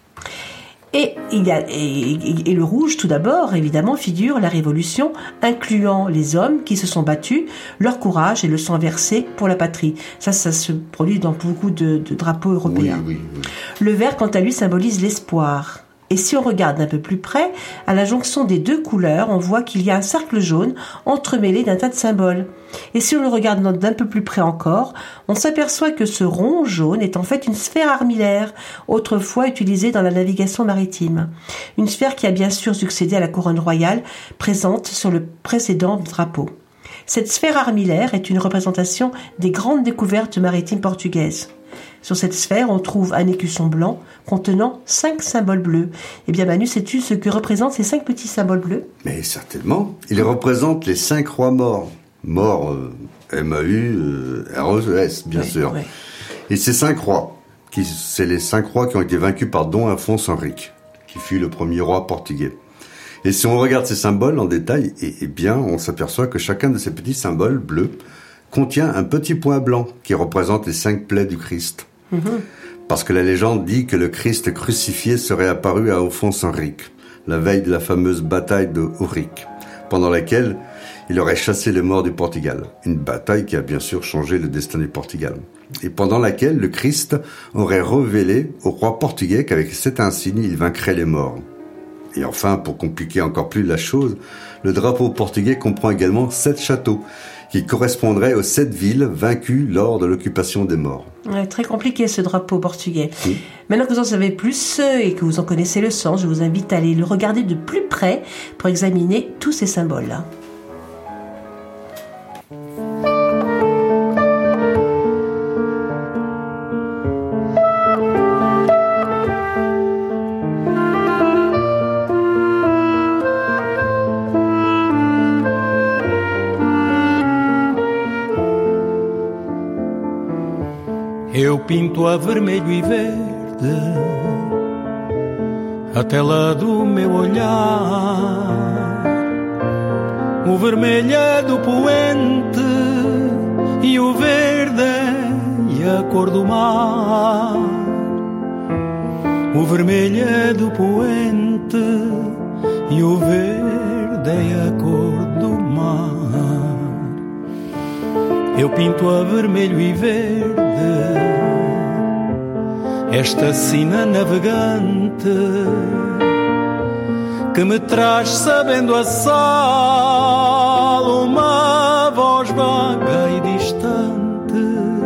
Et, il y a, et, et le rouge, tout d'abord, évidemment, figure la Révolution, incluant les hommes qui se sont battus, leur courage et le sang versé pour la patrie. Ça, ça se produit dans beaucoup de, de drapeaux européens. Oui, oui, oui. Le vert, quant à lui, symbolise l'espoir. Et si on regarde d'un peu plus près, à la jonction des deux couleurs, on voit qu'il y a un cercle jaune entremêlé d'un tas de symboles. Et si on le regarde d'un peu plus près encore, on s'aperçoit que ce rond jaune est en fait une sphère armillaire, autrefois utilisée dans la navigation maritime. Une sphère qui a bien sûr succédé à la couronne royale, présente sur le précédent drapeau. Cette sphère armillaire est une représentation des grandes découvertes maritimes portugaises. Sur cette sphère, on trouve un écusson blanc contenant cinq symboles bleus. Eh bien, Manu, sais-tu ce que représentent ces cinq petits symboles bleus ? Mais certainement. Ils représentent les cinq rois morts. Morts, euh, M A U R E S, bien oui, sûr. Oui. Et ces cinq rois, qui, c'est les cinq rois qui ont été vaincus par Dom Afonso Henrique, qui fut le premier roi portugais. Et si on regarde ces symboles en détail, eh, eh bien, on s'aperçoit que chacun de ces petits symboles bleus contient un petit point blanc qui représente les cinq plaies du Christ. Mmh. Parce que la légende dit que le Christ crucifié serait apparu à Afonso Henrique, la veille de la fameuse bataille de Ourique, pendant laquelle il aurait chassé les morts du Portugal. Une bataille qui a bien sûr changé le destin du Portugal. Et pendant laquelle le Christ aurait révélé au roi portugais qu'avec cet insigne, il vaincrait les morts. Et enfin, pour compliquer encore plus la chose, le drapeau portugais comprend également sept châteaux, qui correspondraient aux sept villes vaincues lors de l'occupation des morts. Ouais, très compliqué ce drapeau portugais. Oui. Maintenant que vous en savez plus et que vous en connaissez le sens, je vous invite à aller le regarder de plus près pour examiner tous ces symboles-là. pinto a vermelho e verde a tela do meu olhar. O vermelho é do poente e o verde é a cor do mar. O vermelho é do poente e o verde é a cor do mar. Eu pinto a vermelho e verde esta sina navegante que me traz, sabendo a sal, uma voz vaga e distante,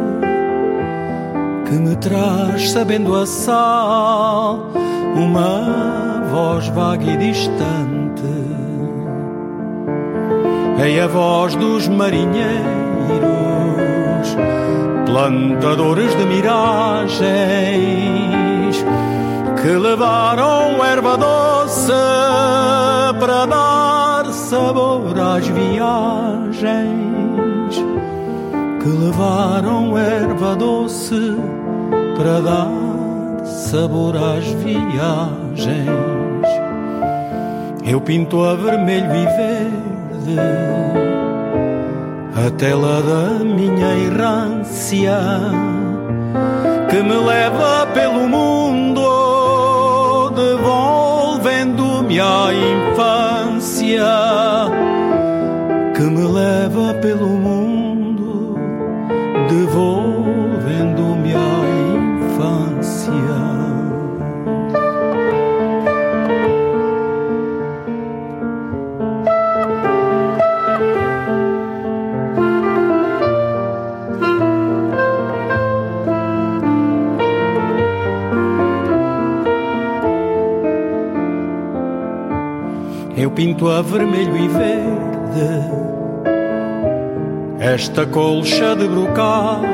que me traz, sabendo a sal, uma voz vaga e distante. É a voz dos marinheiros, plantadores de miragens, que levaram erva doce para dar sabor às viagens, que levaram erva doce para dar sabor às viagens. Eu pinto a vermelho e verde a tela da minha errância, que me leva pelo mundo, devolvendo-me à infância, que me leva pelo mundo, devolvendo-me à infância. Eu pinto a vermelho e verde esta colcha de brocado,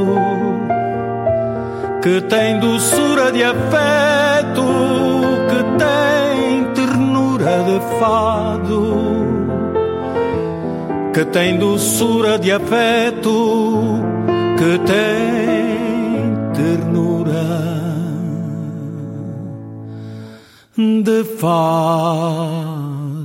que tem doçura de afeto, que tem ternura de fado, que tem doçura de afeto, que tem ternura de fado.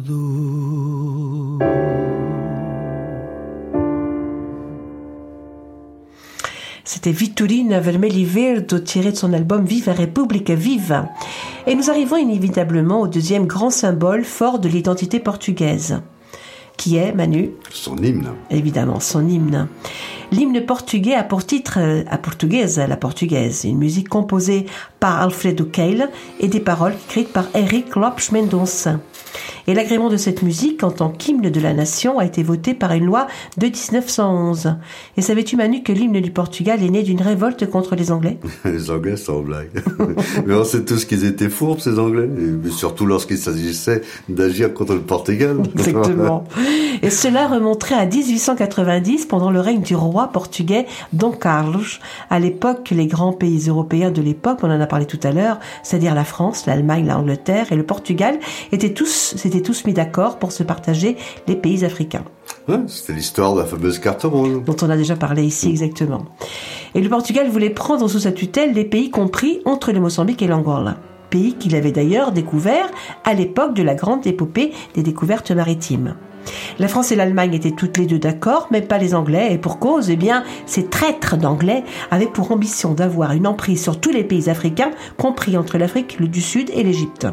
C'était Vittorina Vermelho e Verde, tiré de son album Viva República Viva. Et nous arrivons inévitablement au deuxième grand symbole fort de l'identité portugaise, qui est, Manu? Son hymne. Évidemment, son hymne. L'hymne portugais a pour titre A Portuguesa, la portugaise, une musique composée par Alfredo Keil et des paroles écrites par Henrique Lopes Mendonça. Et l'agrément de cette musique en tant qu'hymne de la nation a été voté par une loi de dix-neuf cent onze. Et savais-tu, Manu, que l'hymne du Portugal est né d'une révolte contre les Anglais? Les Anglais, sans blague. Mais on sait tous qu'ils étaient fourbes, ces Anglais, et surtout lorsqu'il s'agissait d'agir contre le Portugal. Exactement. Et cela remonterait à dix-huit cent quatre-vingt-dix, pendant le règne du roi portugais Dom Carlos. À l'époque, les grands pays européens de l'époque, on en a parlé tout à l'heure, c'est-à-dire la France, l'Allemagne, l'Angleterre et le Portugal, étaient tous, s'étaient tous mis d'accord pour se partager les pays africains. Ouais, c'était l'histoire de la fameuse carte rouge. Dont on a déjà parlé ici, exactement. Et le Portugal voulait prendre sous sa tutelle les pays compris entre le Mozambique et l'Angola. Pays qu'il avait d'ailleurs découvert à l'époque de la grande épopée des découvertes maritimes. La France et l'Allemagne étaient toutes les deux d'accord, mais pas les Anglais, et pour cause, eh bien, ces traîtres d'Anglais avaient pour ambition d'avoir une emprise sur tous les pays africains, compris entre l'Afrique du Sud et l'Égypte.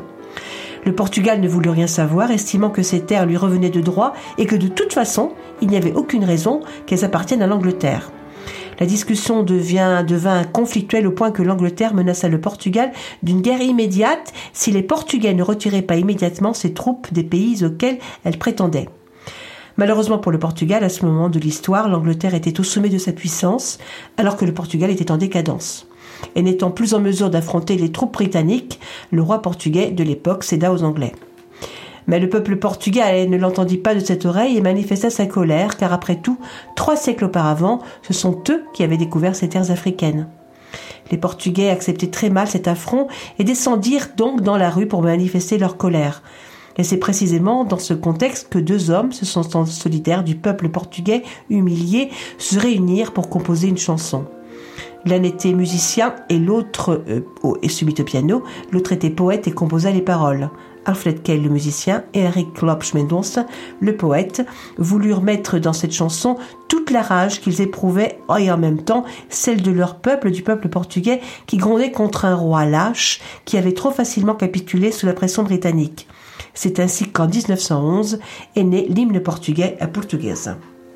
Le Portugal ne voulut rien savoir, estimant que ces terres lui revenaient de droit et que de toute façon, il n'y avait aucune raison qu'elles appartiennent à l'Angleterre. La discussion devient, devint conflictuelle au point que l'Angleterre menaça le Portugal d'une guerre immédiate si les Portugais ne retiraient pas immédiatement ses troupes des pays auxquels elles prétendaient. Malheureusement pour le Portugal, à ce moment de l'histoire, l'Angleterre était au sommet de sa puissance, alors que le Portugal était en décadence. Et n'étant plus en mesure d'affronter les troupes britanniques, le roi portugais de l'époque céda aux Anglais. Mais le peuple portugais ne l'entendit pas de cette oreille et manifesta sa colère, car après tout, trois siècles auparavant, ce sont eux qui avaient découvert ces terres africaines. Les Portugais acceptaient très mal cet affront et descendirent donc dans la rue pour manifester leur colère. Et c'est précisément dans ce contexte que deux hommes, se sentant solidaires du peuple portugais humilié, se réunirent pour composer une chanson. L'un était musicien et l'autre euh, est subit au piano, l'autre était poète et composa les paroles. Alfred Kay, le musicien, et Eric Lopes Mendonça, le poète, voulurent mettre dans cette chanson toute la rage qu'ils éprouvaient et en même temps celle de leur peuple, du peuple portugais, qui grondait contre un roi lâche qui avait trop facilement capitulé sous la pression britannique. C'est ainsi qu'en dix-neuf cent onze est né l'hymne portugais à Portuguesa.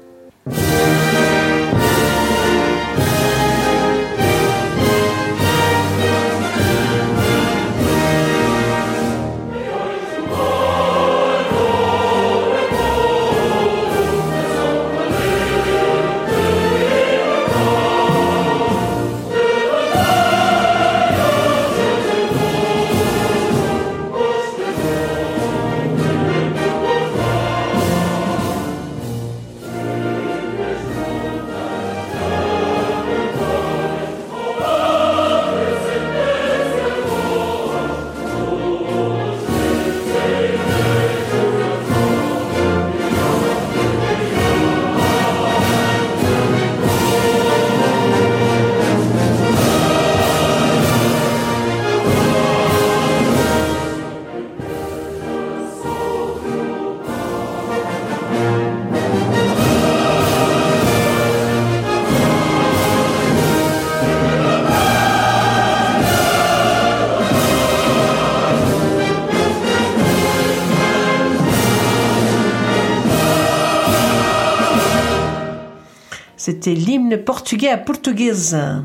C'était l'hymne portugais à Portuguesa.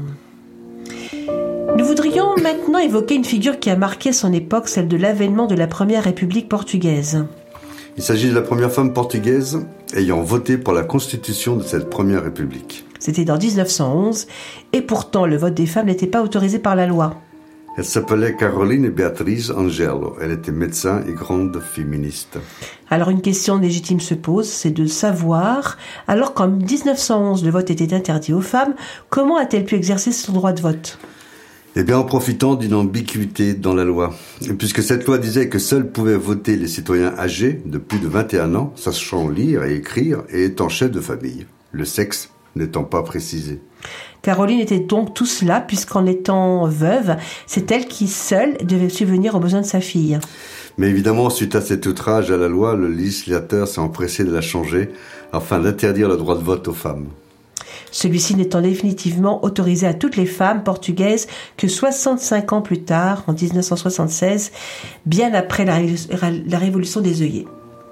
Nous voudrions maintenant évoquer une figure qui a marqué son époque, celle de l'avènement de la première République portugaise. Il s'agit de la première femme portugaise ayant voté pour la constitution de cette première République. C'était en dix-neuf cent onze, et pourtant le vote des femmes n'était pas autorisé par la loi. Elle s'appelait Caroline Beatriz Angelo. Elle était médecin et grande féministe. Alors une question légitime se pose, c'est de savoir, alors qu'en dix-neuf cent onze le vote était interdit aux femmes, comment a-t-elle pu exercer son droit de vote ? Eh bien en profitant d'une ambiguïté dans la loi. Et puisque cette loi disait que seuls pouvaient voter les citoyens âgés de plus de vingt et un ans, sachant lire et écrire et étant chefs de famille, le sexe n'étant pas précisé. Caroline était donc tout cela, puisqu'en étant veuve, c'est elle qui seule devait subvenir aux besoins de sa fille. Mais évidemment, suite à cet outrage à la loi, le législateur s'est empressé de la changer afin d'interdire le droit de vote aux femmes. Celui-ci n'étant définitivement autorisé à toutes les femmes portugaises que soixante-cinq ans plus tard, en dix-neuf cent soixante-seize, bien après la, ré- la révolution des œillets.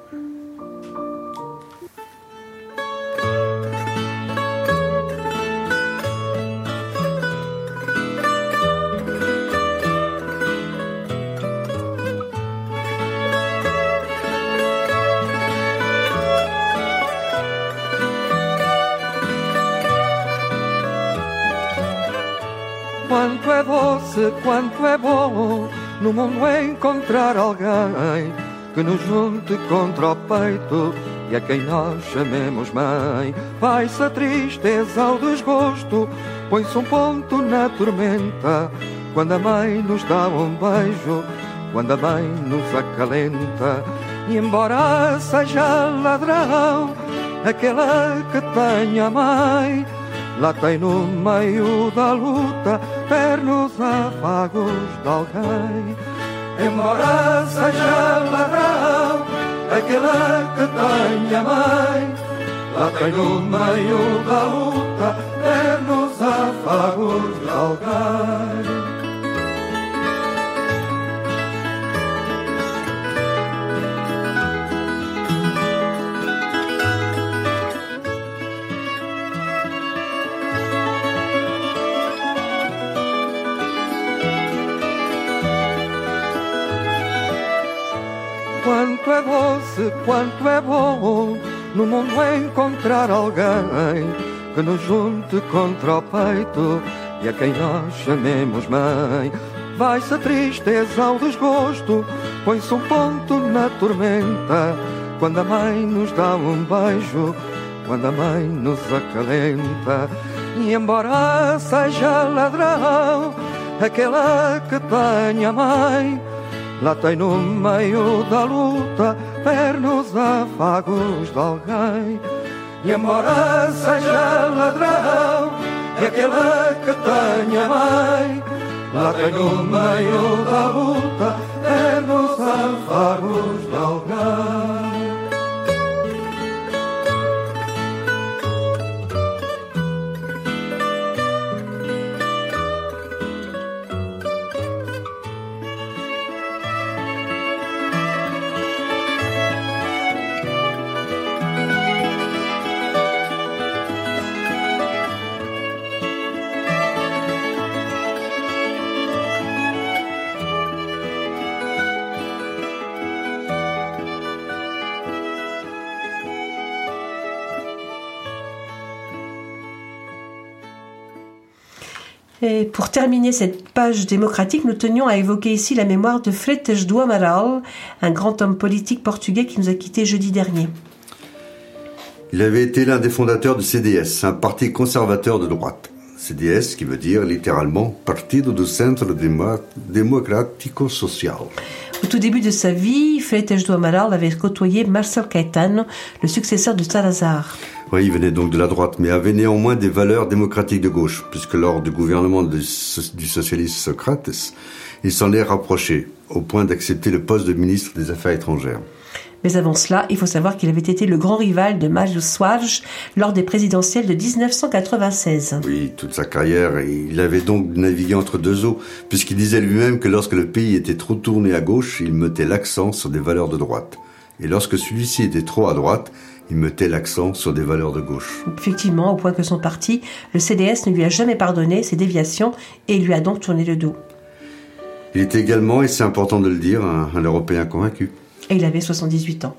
Quanto é doce, quanto é bom no mundo encontrar alguém que nos junte contra o peito e a quem nós chamemos mãe. Vai-se a tristeza ao desgosto, põe-se um ponto na tormenta quando a mãe nos dá um beijo, quando a mãe nos acalenta. E embora seja ladrão aquela que tenha mãe, lá tem no meio da luta ternos afagos de alguém. Embora seja ladrão aquela que tenha mãe, lá tem no meio da luta ternos afagos de alguém. Quanto é doce, quanto é bom no mundo encontrar alguém que nos junte contra o peito e a quem nós chamemos mãe. Vai-se a tristeza ao desgosto, põe-se um ponto na tormenta quando a mãe nos dá um beijo, quando a mãe nos acalenta. E embora seja ladrão aquela que tenha mãe, lá tem no meio da luta ternos afagos de alguém. E embora seja ladrão e aquele que tenha bem, lá tem o meio da luta, é nos afagos de alguém. Et pour terminer cette page démocratique, nous tenions à évoquer ici la mémoire de Freitas do Amaral, un grand homme politique portugais qui nous a quittés jeudi dernier. Il avait été l'un des fondateurs du C D S, un parti conservateur de droite. C D S qui veut dire littéralement Partido do Centro Democrático Social. Au tout début de sa vie, Freitas do Amaral avait côtoyé Marcelo Caetano, le successeur de Salazar. Oui, il venait donc de la droite, mais avait néanmoins des valeurs démocratiques de gauche, puisque lors du gouvernement de, du socialiste Socrates, il s'en est rapproché, au point d'accepter le poste de ministre des Affaires étrangères. Mais avant cela, il faut savoir qu'il avait été le grand rival de Mário Soares lors des présidentielles de dix-neuf cent quatre-vingt-seize. Oui, toute sa carrière, il avait donc navigué entre deux eaux, puisqu'il disait lui-même que lorsque le pays était trop tourné à gauche, il mettait l'accent sur des valeurs de droite. Et lorsque celui-ci était trop à droite, il mettait l'accent sur des valeurs de gauche. Effectivement, au point que son parti, le C D S, ne lui a jamais pardonné ses déviations et il lui a donc tourné le dos. Il était également, et c'est important de le dire, un, un Européen convaincu. Et il avait soixante-dix-huit ans.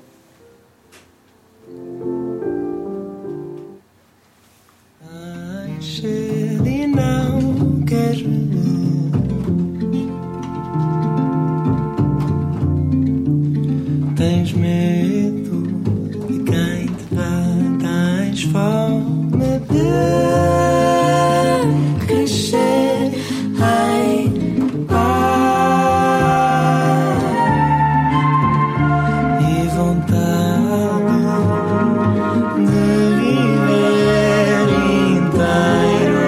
Tens medo de quem te vê, tens fome de crescer em paz e vontade de viver inteiro.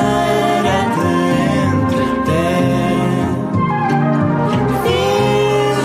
Fiz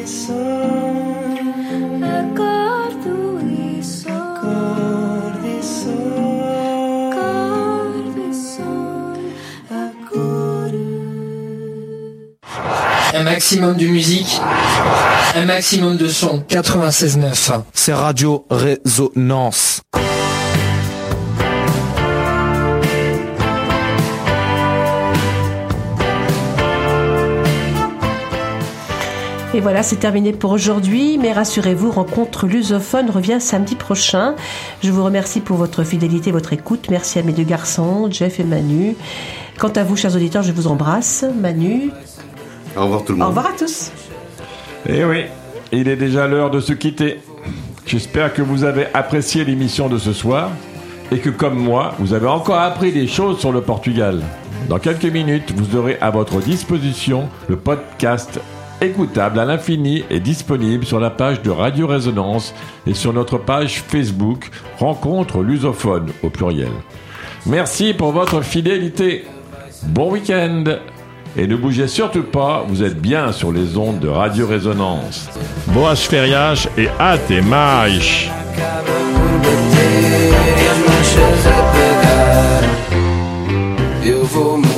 Un maximum de musique, un maximum de son. quatre-vingt-seize neuf. C'est Radio Résonance. Et voilà, c'est terminé pour aujourd'hui, mais rassurez-vous, Rencontre lusophone revient samedi prochain. Je vous remercie pour votre fidélité, votre écoute. Merci à mes deux garçons, Jeff et Manu. Quant à vous, chers auditeurs, je vous embrasse. Manu. Au revoir tout le monde. Au revoir à tous. Eh oui, il est déjà l'heure de se quitter. J'espère que vous avez apprécié l'émission de ce soir et que, comme moi, vous avez encore appris des choses sur le Portugal. Dans quelques minutes, vous aurez à votre disposition le podcast écoutable à l'infini et disponible sur la page de Radio Résonance et sur notre page Facebook Rencontre lusophone au pluriel. Merci pour votre fidélité. Bon week-end. Et ne bougez surtout pas, vous êtes bien sur les ondes de Radio Résonance. Boas férias e até mais. Eu vou